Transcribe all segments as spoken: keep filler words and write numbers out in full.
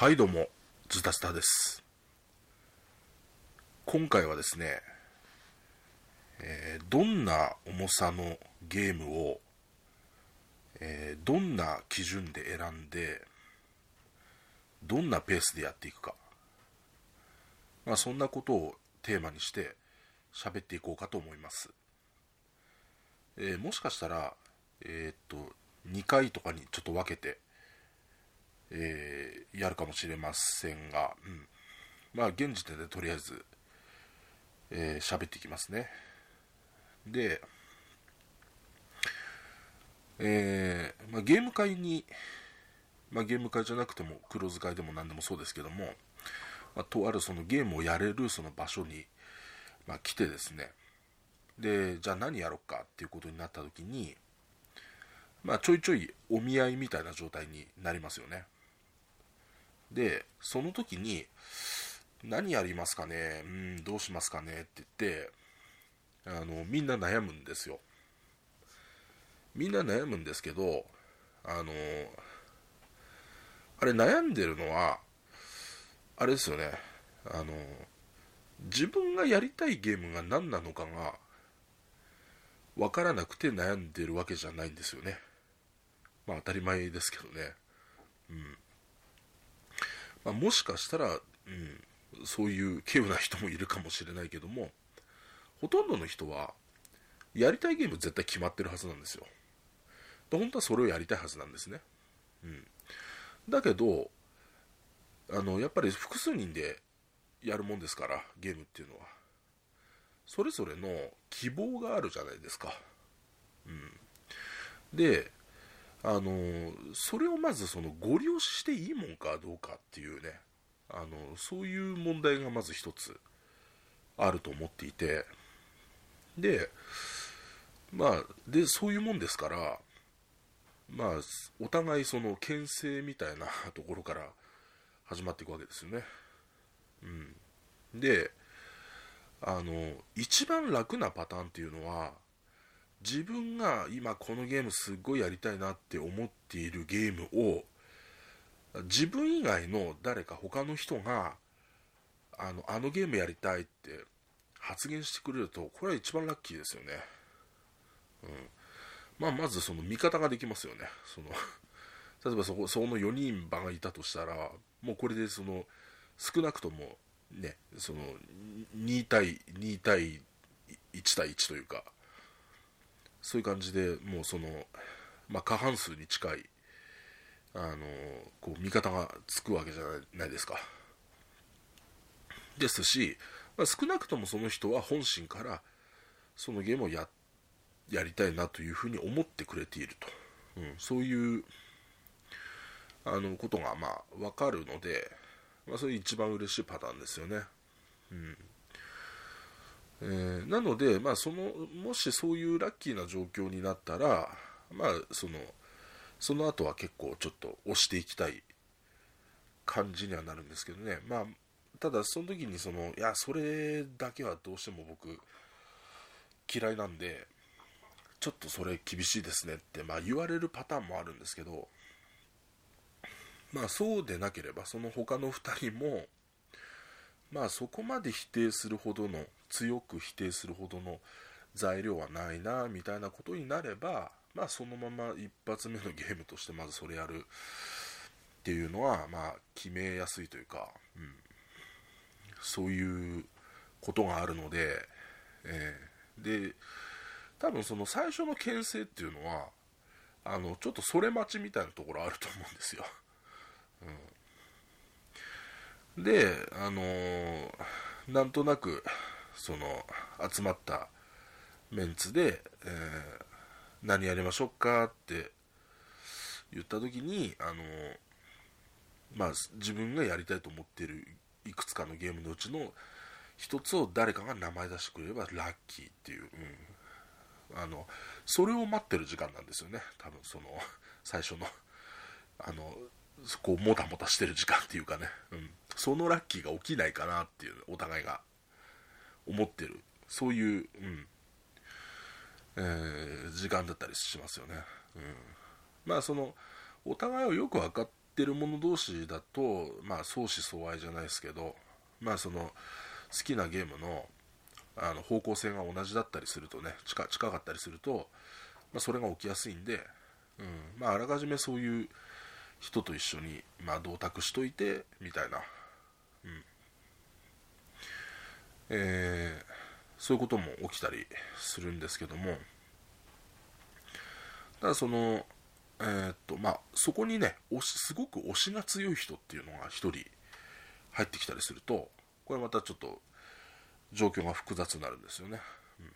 はいどうも、ズタスタです。今回はですね、えーどんな重さのゲームを、えーどんな基準で選んで、どんなペースでやっていくか。まあそんなことをテーマにして喋っていこうかと思います。えーもしかしたら、えーっと、にかいとかにちょっと分けて、えーやるかもしれませんが、うん。まあ現時点でとりあえず、えー喋っていきますね。で、えーまあ、ゲーム会に、まあ、ゲーム会じゃなくても黒使いでも何でもそうですけども、まあ、とあるそのゲームをやれるその場所に、まあ、来てですね、でじゃあ何やろうかっていうことになった時に、まあ、ちょいちょいお見合いみたいな状態になりますよね。でその時に何やりますかね、うんどうしますかねって言って、あのみんな悩むんですよ。みんな悩むんですけど、あのあれ悩んでるのはあれですよね。あの自分がやりたいゲームが何なのかが分からなくて悩んでるわけじゃないんですよね。まあ当たり前ですけどね。うん。まあ、もしかしたら、うん、そういう稀有な人もいるかもしれないけども、ほとんどの人はやりたいゲーム絶対決まってるはずなんですよ。で本当はそれをやりたいはずなんですね。うん。だけど、あの、やっぱり複数人でやるもんですから、ゲームっていうのは。それぞれの希望があるじゃないですか。うん。で、あの、それをまずそのご了承していいもんかどうかっていうね、あの、そういう問題がまず一つあると思っていて、で、まあ、で、そういうもんですから、まあ、お互いその牽制みたいなところから始まっていくわけですよね。うん。で、あの、一番楽なパターンっていうのは、自分が今このゲームすっごいやりたいなって思っているゲームを自分以外の誰か他の人があのあのゲームやりたいって発言してくれると、これは一番ラッキーですよね。うん。まあまずその味方ができますよね。その例えばそこそのよにん場がいたとしたら、もうこれでその少なくともね、そのに対に対いち対いちというか、そういう感じでもうその、まあ、過半数に近いあのこう味方がつくわけじゃないですか。ですし、まあ、少なくともその人は本心からそのゲームをややりたいなというふうに思ってくれていると、うん、そういうあのことがまあ分かるので、まあ、それ一番嬉しいパターンですよね。うんえー、なので、まあ、そのもしそういうラッキーな状況になったら、まあ、そのその後は結構ちょっと押していきたい感じにはなるんですけどね。まあ、ただその時にその、いや、それだけはどうしても僕嫌いなんで、ちょっとそれ厳しいですねって、まあ言われるパターンもあるんですけど、まあそうでなければその他のふたりも、まあそこまで否定するほどの、強く否定するほどの材料はないな、みたいなことになれば、まあそのまま一発目のゲームとしてまずそれやるっていうのは、まあ決めやすいというか、うん、そういうことがあるので、えー、で、多分その最初の牽制っていうのは、あの、ちょっとそれ待ちみたいなところあると思うんですよ。うん、で、あのー、なんとなく、その、集まったメンツで、えー、何やりましょうかって言った時に、あのー、まあ、自分がやりたいと思っているいくつかのゲームのうちの一つを誰かが名前出してくれればラッキーっていう、うん、あの、それを待ってる時間なんですよね。多分その、最初の、あの、こう、もたもたしてる時間っていうかね、うん。そのラッキーが起きないかなっていう、お互いが思ってる。そういう、うん、えー、時間だったりしますよね。うん。まあ、その、お互いをよく分かっってる者同士だと、まあ、相思相愛じゃないですけど、まあ、その好きなゲームの、あの方向性が同じだったりするとね、近近かったりすると、まあ、それが起きやすいんで、うんまあ、あらかじめそういう人と一緒に、まあ、同卓しといてみたいな、うんえー、そういうことも起きたりするんですけども、ただその、えーっとまあ、そこにね推しすごく推しが強い人っていうのが一人入ってきたりすると、これまたちょっと状況が複雑になるんですよね。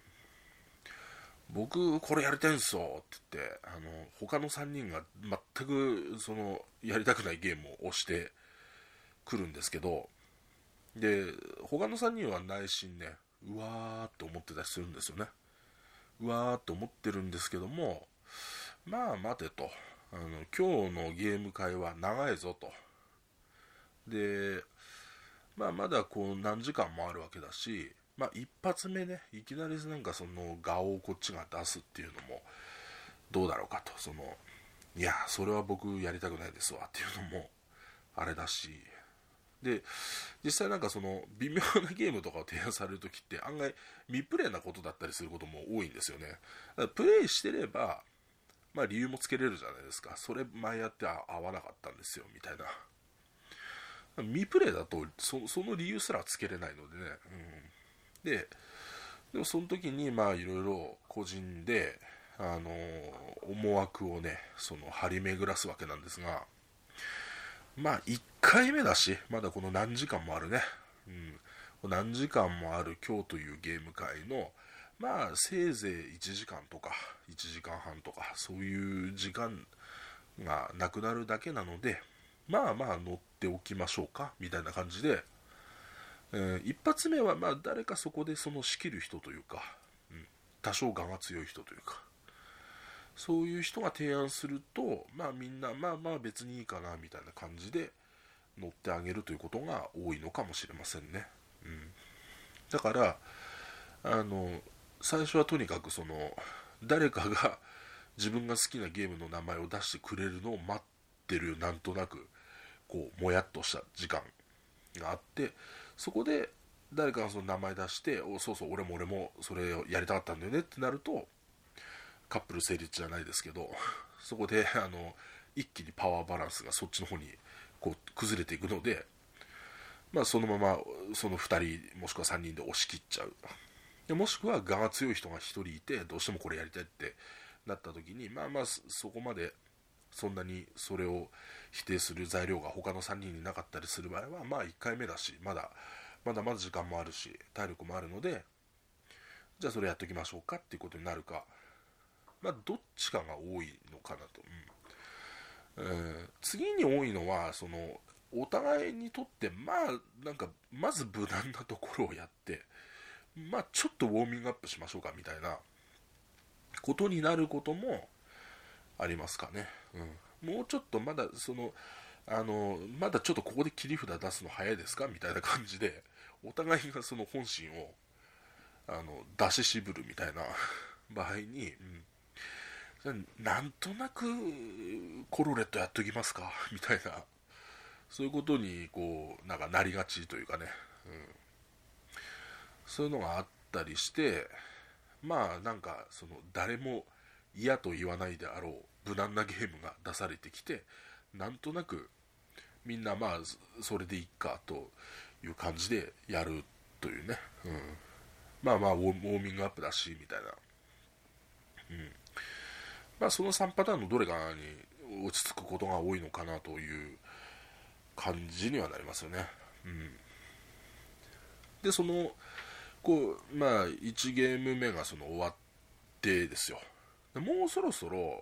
僕これやりたいんすよって言って、あの他のさんにんが全くそのやりたくないゲームを押してくるんですけど、で他のさんにんは内心ね、うわーって思ってたりするんですよね。うわーって思ってるんですけども、まあ待てと、あの今日のゲーム会は長いぞと。でまあまだこう何時間もあるわけだし、まあ一発目ね、いきなりなんかその画をこっちが出すっていうのもどうだろうかと。そのいやそれは僕やりたくないですわっていうのもあれだし、で実際なんかその微妙なゲームとかを提案されるときって案外未プレイなことだったりすることも多いんですよね。だからプレイしてればまあ理由もつけれるじゃないですか。それ前やって合わなかったんですよみたいな。未プレイだと そ, その理由すらつけれないのでね、うん、ででもその時にまあいろいろ個人であの思惑をねその張り巡らすわけなんですが、まあいっかいめだしまだこの何時間もあるね、うん、何時間もある今日というゲーム会のまあせいぜいいちじかんとかいちじかんはんとかそういう時間がなくなるだけなので、まあまあ乗っておきましょうかみたいな感じで、えー、一発目はまあ誰かそこでその仕切る人というか、うん、多少我が強い人というかそういう人が提案すると、まあみんなまあまあ別にいいかなみたいな感じで乗ってあげるということが多いのかもしれませんね、うん、だからあの最初はとにかくその誰かが自分が好きなゲームの名前を出してくれるのを待ってる、なんとなくこうもやっとした時間があって、そこで誰かがその名前出しておそうそう俺も俺もそれをやりたかったんだよねってなるとカップル成立じゃないですけど、そこであの一気にパワーバランスがそっちの方にこう崩れていくので、まあ、そのままそのふたりもしくはさんにんで押し切っちゃう。でもしくは我が強い人がひとりいてどうしてもこれやりたいってなった時に、まあまあそこまでそんなにそれを否定する材料が他のさんにんになかったりする場合は、まあいっかいめだしまだまだまだ時間もあるし体力もあるので、じゃあそれやっときましょうかっていうことになるか、まあどっちかが多いのかなと、うんえー、次に多いのはそのお互いにとってまあなんかまず無難なところをやって、まあちょっとウォーミングアップしましょうかみたいなことになることもありますかね、うん、もうちょっとまだそのあのまだちょっとここで切り札出すの早いですかみたいな感じでお互いがその本心をあの出し渋るみたいな場合に、うん、なんとなくコロレットやっときますかみたいな、そういうことにこうなんかなりがちというかね、うん、そういうのがあったりして、まあなんかその誰も嫌と言わないであろう無難なゲームが出されてきて、なんとなくみんなまあそれでいいかという感じでやるというね、うん、まあまあウォーミングアップだしみたいな、うん、まあそのさんパターンのどれかに落ち着くことが多いのかなという感じにはなりますよね、うん、でそのこうまあいちゲーム目がその終わってですよ、もうそろそろ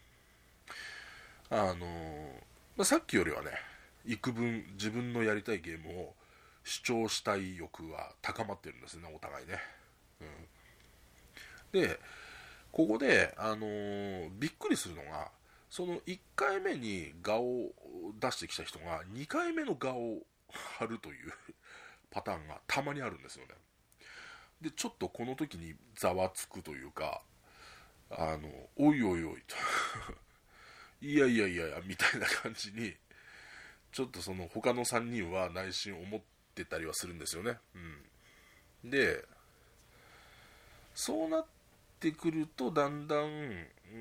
あのまあ、さっきよりはね幾分自分のやりたいゲームを主張したい欲が高まってるんですね、お互いね、うん、でここで、あのー、びっくりするのがそのいっかいめに画を出してきた人がにかいめの画を貼るというパターンがたまにあるんですよね。でちょっとこの時にざわつくというか、あのおいおいおいといやいやいやいやみたいな感じにちょっとその他のさんにんは内心思ってたりはするんですよね。うん、でそうなってくるとだんだん、うん、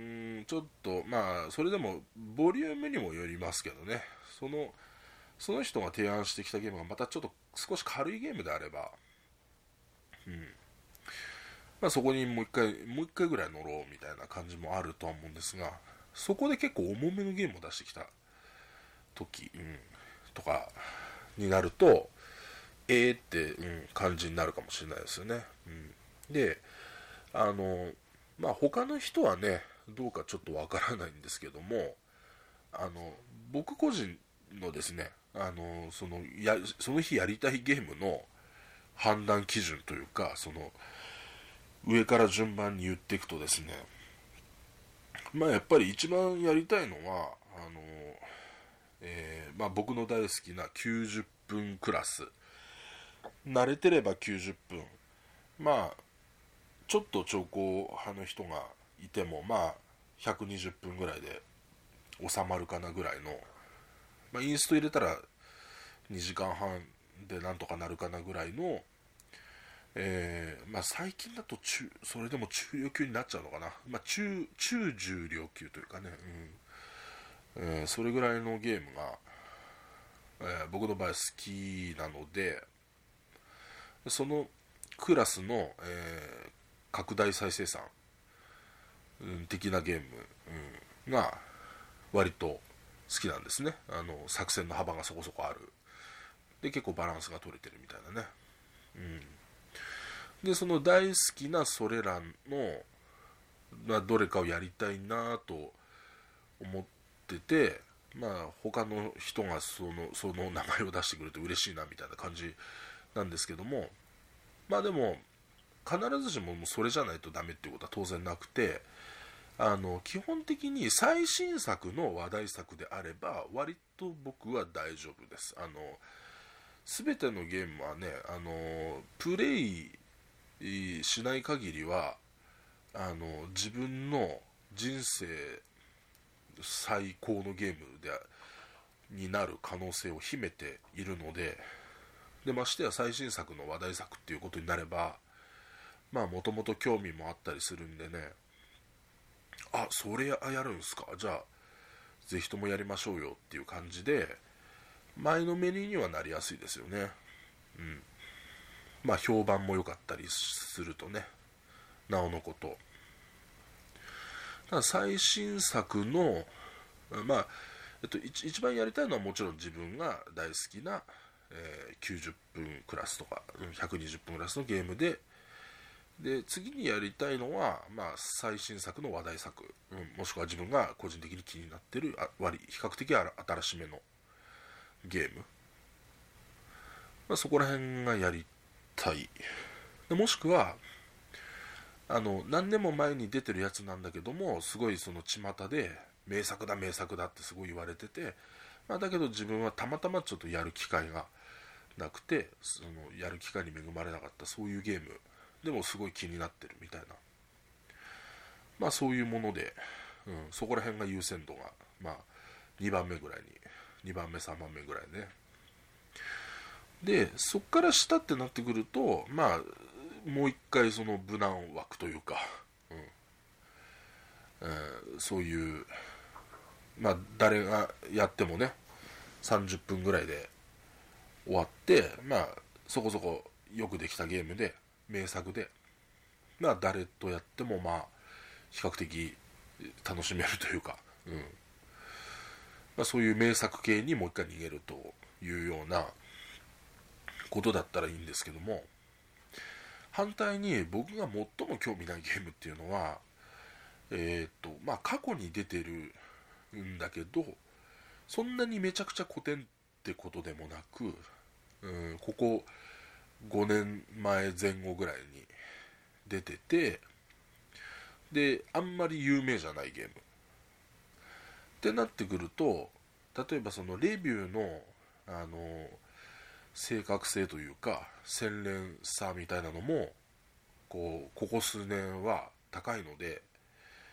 ちょっとまあそれでもボリュームにもよりますけどね、そのその人が提案してきたゲームがまたちょっと少し軽いゲームであれば、うんまあ、そこにもう一回もう一回ぐらい乗ろうみたいな感じもあるとは思うんですが、そこで結構重めのゲームを出してきた時、うん、とかになるとえーって、うん、感じになるかもしれないですよね。うん、であのまあ他の人はねどうかちょっとわからないんですけども、あの僕個人のですね、あのそのやその日やりたいゲームの判断基準というか、その上から順番に言っていくとですね、まあやっぱり一番やりたいのはあの、えーまあ、僕の大好きなきゅうじゅっぷんクラス、慣れてればきゅうじゅっぷん、まあちょっと長考派の人がいてもまあひゃくにじゅっぷんぐらいで収まるかなぐらいの、まあ、インスト入れたらにじかんはんでなんとかなるかなぐらいの、えーまあ、最近だと中それでも中量級になっちゃうのかな、まあ、中中重量級というかね、うんえー、それぐらいのゲームが、えー僕の場合好きなので、そのクラスの、えー拡大再生産、うん、的なゲーム、うん、が割と好きなんですね。あの作戦の幅がそこそこある、で結構バランスが取れてるみたいなね、うん、でその大好きなそれらの、まあ、どれかをやりたいなと思ってて、まあ他の人がそのその名前を出してくれて嬉しいなみたいな感じなんですけども、まあでも必ずしもそれじゃないとダメっていうことは当然なくて、あの基本的に最新作の話題作であれば割と僕は大丈夫です。あの全てのゲームはね、あのプレイしない限りはあの自分の人生最高のゲームでになる可能性を秘めているので、でましてや最新作の話題作っていうことになれば、まあもともと興味もあったりするんでね、あそれやるんすか、じゃあぜひともやりましょうよっていう感じで前のめりにはなりやすいですよね。うんまあ評判も良かったりするとね、なおのこと。ただ最新作のまあえっと、一, 一番やりたいのはもちろん自分が大好きな、えー、きゅうじゅっぷんクラスとかひゃくにじゅっぷんクラスのゲームで、で次にやりたいのは、まあ、最新作の話題作、うん、もしくは自分が個人的に気になっているあ割比較的新しめのゲーム、まあ、そこら辺がやりたい。でもしくはあの何年も前に出てるやつなんだけども、すごいその巷で名作だ名作だってすごい言われてて、まあ、だけど自分はたまたまちょっとやる機会がなくて、そのやる機会に恵まれなかった、そういうゲームでもすごい気になってるみたいな、まあそういうもので、うん、そこら辺が優先度が、まあ、にばんめぐらいににばんめさんばんめぐらいね。でそっから下ってなってくると、まあもう一回その無難枠というか、うんえーそういうまあ誰がやってもねさんじゅっぷんぐらいで終わって、まあそこそこよくできたゲームで名作で、まあ誰とやってもまあ比較的楽しめるというか、うんまあ、そういう名作系にもう一回逃げるというようなことだったらいいんですけども、反対に僕が最も興味ないゲームっていうのは、えっ、ー、とまあ過去に出てるんだけどそんなにめちゃくちゃ古典ってことでもなく、うん、ここごねんまえ前後ぐらいに出てて、であんまり有名じゃないゲームってなってくると、例えばそのレビューのあの正確性というか洗練さみたいなのもこうここ数年は高いので、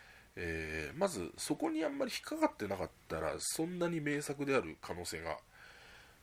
えーまずそこにあんまり引っかかってなかったらそんなに名作である可能性が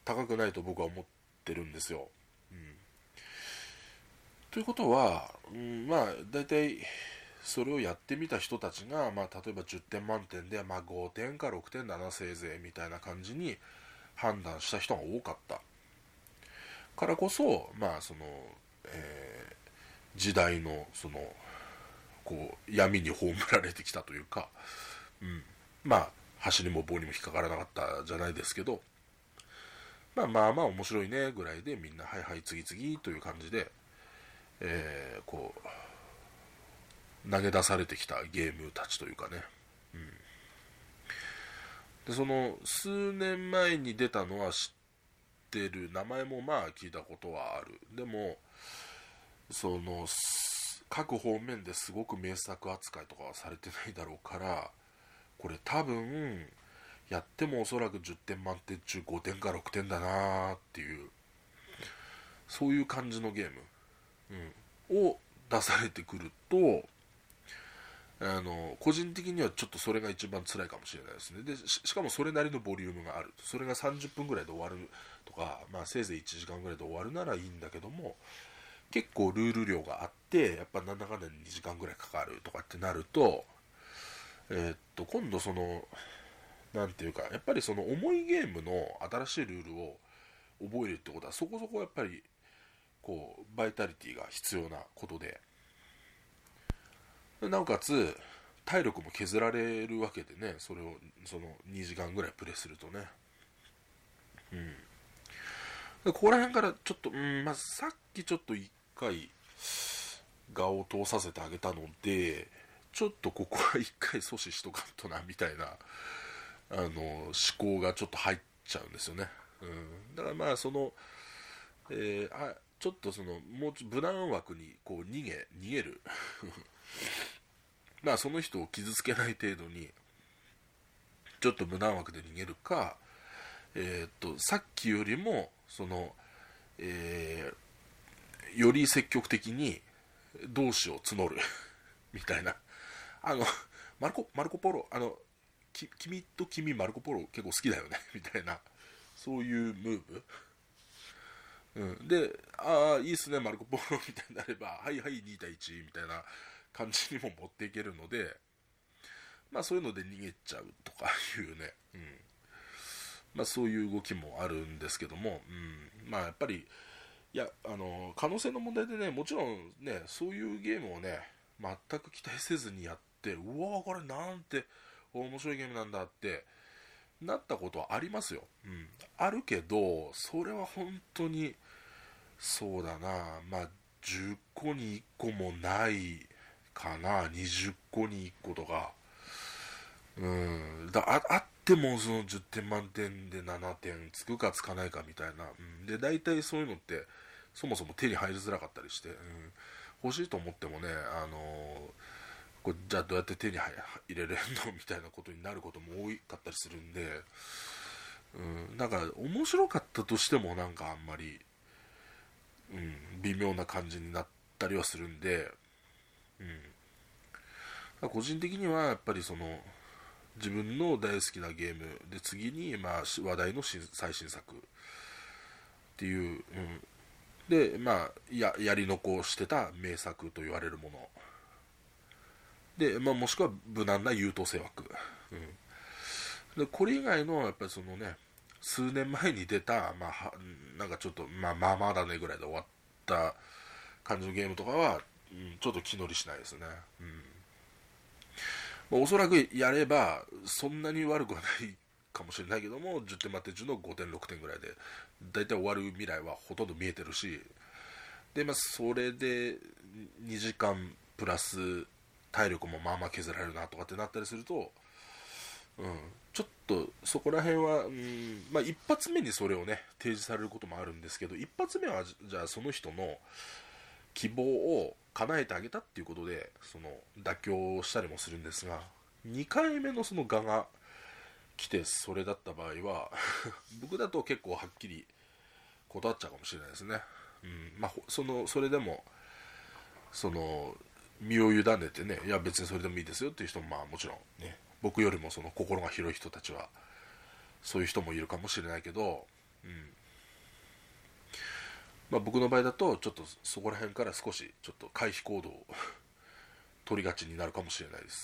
高くないと僕は思ってるんですよ。うん、ということは、うん、まあ大体それをやってみた人たちが、まあ、例えばじゅってん満点で、まあ、ごてんかろくてんだなせいぜいみたいな感じに判断した人が多かったからこそ、まあそのえー、時代のそのこう闇に葬られてきたというか、うん、まあ箸にも棒にも引っかからなかったじゃないですけど、まあまあまあ面白いねぐらいでみんなはいはい次々という感じで、えー、こう投げ出されてきたゲームたちというかね、うん、でその数年前に出たのは知ってる、名前もまあ聞いたことはある。でもその各方面ですごく名作扱いとかはされてないだろうから、これ多分やってもおそらくじゅってん満点中ごてんかろくてんだなーっていう、そういう感じのゲーム、うん、を出されてくると、あの個人的にはちょっとそれが一番辛いかもしれないですね。で し, しかもそれなりのボリュームがある、それがさんじゅっぷんぐらいで終わるとか、まあ、せいぜいいちじかんぐらいで終わるならいいんだけども、結構ルール量があってやっぱなんだかんだにじかんぐらいかかるとかってなると、えー、っと今度そのなんていうか、やっぱりその重いゲームの新しいルールを覚えるってことはそこそこやっぱりこうバイタリティが必要なことで、なおかつ体力も削られるわけでね、それをそのにじかんぐらいプレイするとね、うん、でここら辺からちょっと、うんまあ、さっきちょっといっかい画を通させてあげたので、ちょっとここはいっかい阻止しとかんとなみたいなあの思考がちょっと入っちゃうんですよね、うん、だからまあその、えー、あちょっとそのもう無難枠にこう逃げ逃げるまあその人を傷つけない程度にちょっと無難枠で逃げるか、えー、っとさっきよりもその、えー、より積極的に同志を募るみたいな、あのマルコマルコポロ、あのき君と君マルコポロ結構好きだよねみたいな、そういうムーブ、うん、で、ああいいっすねマルコポロみたいになれば、はいはいに対いちみたいな感じにも持っていけるので、まあそういうので逃げちゃうとかいうね、うん、まあそういう動きもあるんですけども、うん、まあやっぱりいやあの可能性の問題でね、もちろんねそういうゲームをね全く期待せずにやって、うわーこれなんて面白いゲームなんだってなったことはありますよ、うん、あるけど、それは本当にそうだな、まあじゅっこにいっこもないかな、にじゅっこにいっことか、うんだ あ, あってもそのじゅってん満点でななてんつくかつかないかみたいな、うん、で大体そういうのってそもそも手に入りづらかったりして、うん、欲しいと思ってもね、あのー、これじゃあどうやって手に入れれるのみたいなことになることも多かったりするんで、うん、なんか面白かったとしてもなんかあんまり、うん、微妙な感じになったりはするんで、うん、個人的にはやっぱりその自分の大好きなゲームで次にまあ話題の最新作っていう、うん、でまあ や, やり残してた名作と言われるもので、まあ、もしくは無難な優等生枠、うん、でこれ以外のやっぱりそのね数年前に出た、まあ、なんかちょっと、まあ、まあまあだねぐらいで終わった感じのゲームとかは、うん、ちょっと気乗りしないですね、うんまあ、おそらくやればそんなに悪くはないかもしれないけども、じゅってん満点中のごてんろくてんぐらいでだいたい終わる未来はほとんど見えてるし、で、まあ、それでにじかんプラス体力もまあまあ削られるなとかってなったりすると、うん、ちょっとそこら辺は、うんまあ、一発目にそれをね提示されることもあるんですけど、一発目はじゃあその人の希望を叶えてあげたっていうことでその妥協したりもするんですが、にかいめのその画が来てそれだった場合は僕だと結構はっきり断っちゃうかもしれないですね、うんまあ、そのそれでもその身を委ねてね、いや別にそれでもいいですよっていう人もまあもちろんね、僕よりもその心が広い人たちはそういう人もいるかもしれないけど、 うん。まあ僕の場合だとちょっとそこら辺から少しちょっと回避行動を取りがちになるかもしれないです。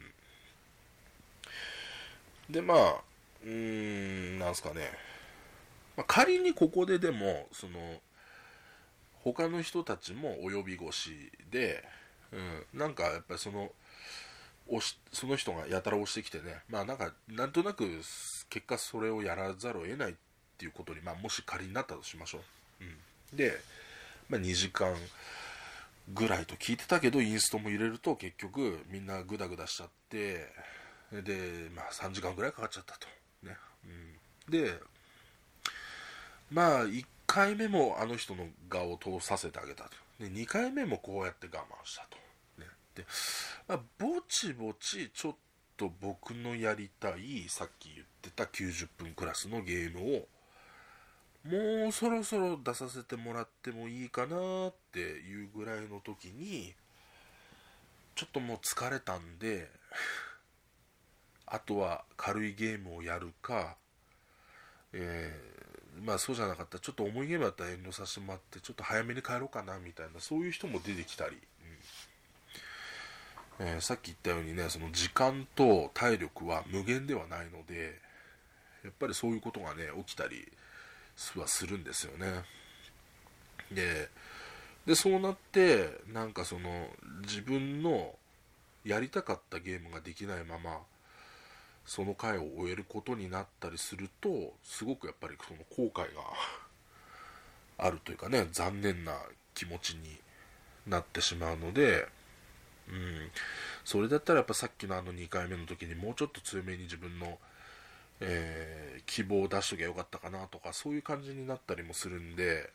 うん、でまあうーんなんすかね、まあ、仮にここででもその他の人たちも及び腰で、うん、なんかやっぱりその押しその人がやたら押してきてね、まあなんかなんとなく結果それをやらざるを得ないっていうことに、まあ、もし仮になったとしましょう、うん、で、まあ、にじかんぐらいと聞いてたけどインストも入れると結局みんなグダグダしちゃってで、まあ、さんじかんぐらいかかっちゃったと、ね、うん、でまあいっかいめもあの人の画を通させてあげたとでにかいめもこうやって我慢したと、ね、で、まあ、ぼちぼちちょっと僕のやりたいさっき言ってたきゅうじゅっぷんクラスのゲームをもうそろそろ出させてもらってもいいかなっていうぐらいの時にちょっともう疲れたんであとは軽いゲームをやるか、えー、まあそうじゃなかったらちょっと重いゲームだったら遠慮させてもらってちょっと早めに帰ろうかなみたいなそういう人も出てきたり、うん、えー、さっき言ったようにねその時間と体力は無限ではないのでやっぱりそういうことがね起きたりはするんですよね。ででそうなってなんかその自分のやりたかったゲームができないままその回を終えることになったりするとすごくやっぱりその後悔があるというかね残念な気持ちになってしまうので、うん、それだったらやっぱさっきのあのにかいめの時にもうちょっと強めに自分の、えー、希望を出しときゃよかったかなとかそういう感じになったりもするんで、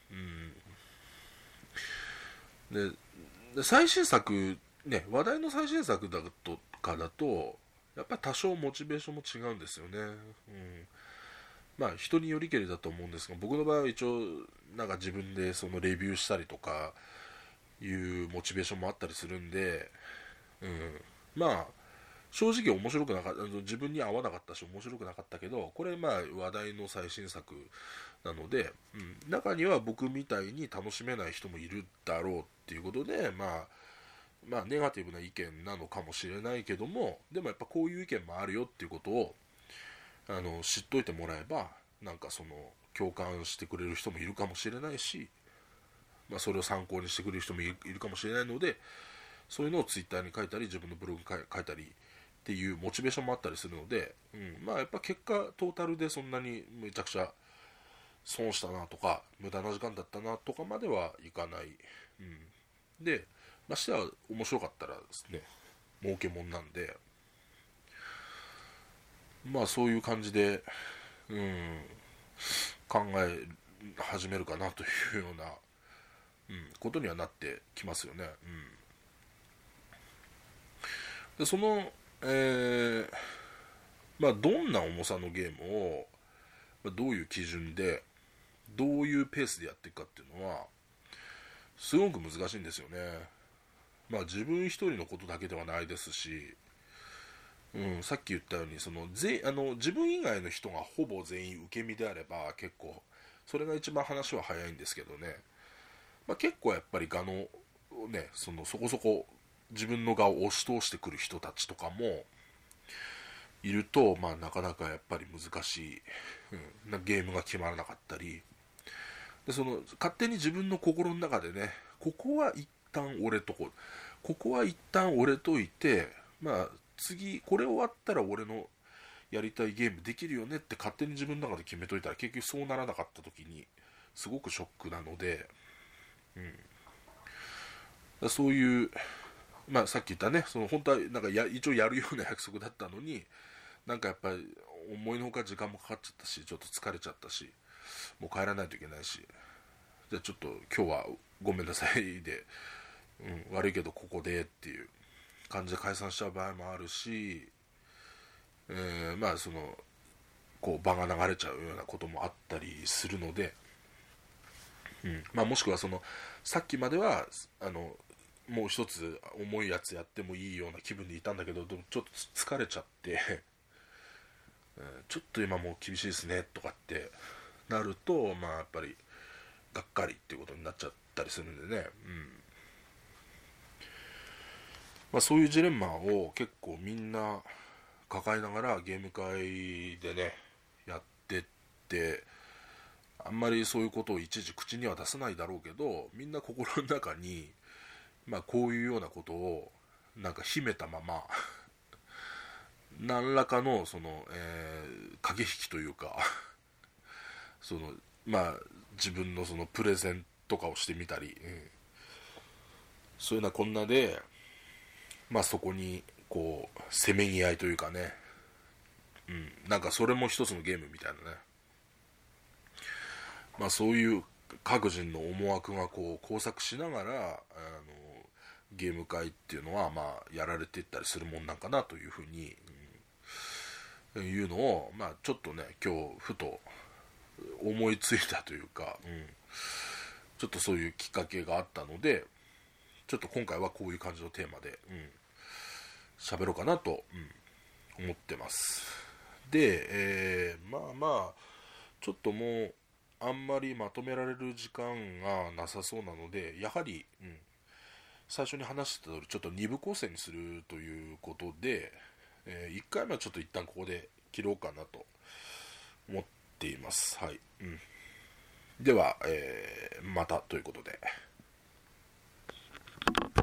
うん、でで最新作ね話題の最新作だとかだとやっぱり多少モチベーションも違うんですよね、うん、まあ人によりけりだと思うんですが僕の場合は一応なんか自分でそのレビューしたりとかいうモチベーションもあったりするんで、うん、まあ正直面白くなかった自分に合わなかったし面白くなかったけどこれまあ話題の最新作なので、うん、中には僕みたいに楽しめない人もいるだろうっていうことでまあまあネガティブな意見なのかもしれないけどもでもやっぱこういう意見もあるよっていうことをあの知っといてもらえばなんかその共感してくれる人もいるかもしれないし、まあ、それを参考にしてくれる人もいるかもしれないのでそういうのをツイッターに書いたり自分のブログに書いたりっていうモチベーションもあったりするので、うん、まあやっぱ結果トータルでそんなにめちゃくちゃ損したなとか無駄な時間だったなとかまではいかない、うん、でましては面白かったらですね儲けもんなんでまあそういう感じで、うん、考え始めるかなというような、うん、ことにはなってきますよね、うん、でその、えーまあ、どんな重さのゲームを、まあ、どういう基準でどういうペースでやっていくかっていうのはすごく難しいんですよね。まあ自分一人のことだけではないですし、うん、さっき言ったようにそのぜあの自分以外の人がほぼ全員受け身であれば結構それが一番話は早いんですけどね、まあ、結構やっぱり画のねそのそこそこ自分の画を押し通してくる人たちとかもいると、まあ、なかなかやっぱり難しい、うん、なゲームが決まらなかったりでその勝手に自分の心の中でねここは一旦俺とこここは一旦俺といてまあ次これ終わったら俺のやりたいゲームできるよねって勝手に自分の中で決めといたら結局そうならなかった時にすごくショックなので、うん、そういう、まあ、さっき言ったねその本当はなんかや一応やるような約束だったのになんかやっぱり思いのほか時間もかかっちゃったしちょっと疲れちゃったしもう帰らないといけないしじゃあちょっと今日はごめんなさいで、うん、悪いけどここでっていう感じで解散しちゃう場合もあるし、えー、まあそのこう場が流れちゃうようなこともあったりするので、うんまあ、もしくはそのさっきまではあのもう一つ重いやつやってもいいような気分でいたんだけどちょっと疲れちゃってちょっと今もう厳しいですねとかってなると、まあやっぱりがっかりっていうことになっちゃったりするんでね、うんまあ、そういうジレンマを結構みんな抱えながらゲーム会でねやってって、あんまりそういうことをいちいち口には出さないだろうけど、みんな心の中に、まあ、こういうようなことをなんか秘めたまま何らかのその、えー駆け引きというかそのまあ自分のそのプレゼンとかをしてみたり、うん、そういうようなこんなで、まあそこにこうせめぎ合いというかね、うん、なんかそれも一つのゲームみたいなね、まあそういう各人の思惑がこう交錯しながら、あのゲーム会っていうのはまあやられていったりするもんなんかなというふうに、うん、いうのを、まあちょっとね今日ふと思いついたというか、うん、ちょっとそういうきっかけがあったので、ちょっと今回はこういう感じのテーマで、うん、喋ろうかなと、うん、思ってます。で、えー、まあまあちょっともうあんまりまとめられる時間がなさそうなので、やはり、うん、最初に話した通りちょっとに部構成にするということで、えー、いっかいめはちょっと一旦ここで切ろうかなと思っています。はい、うん、では、えー、またということで。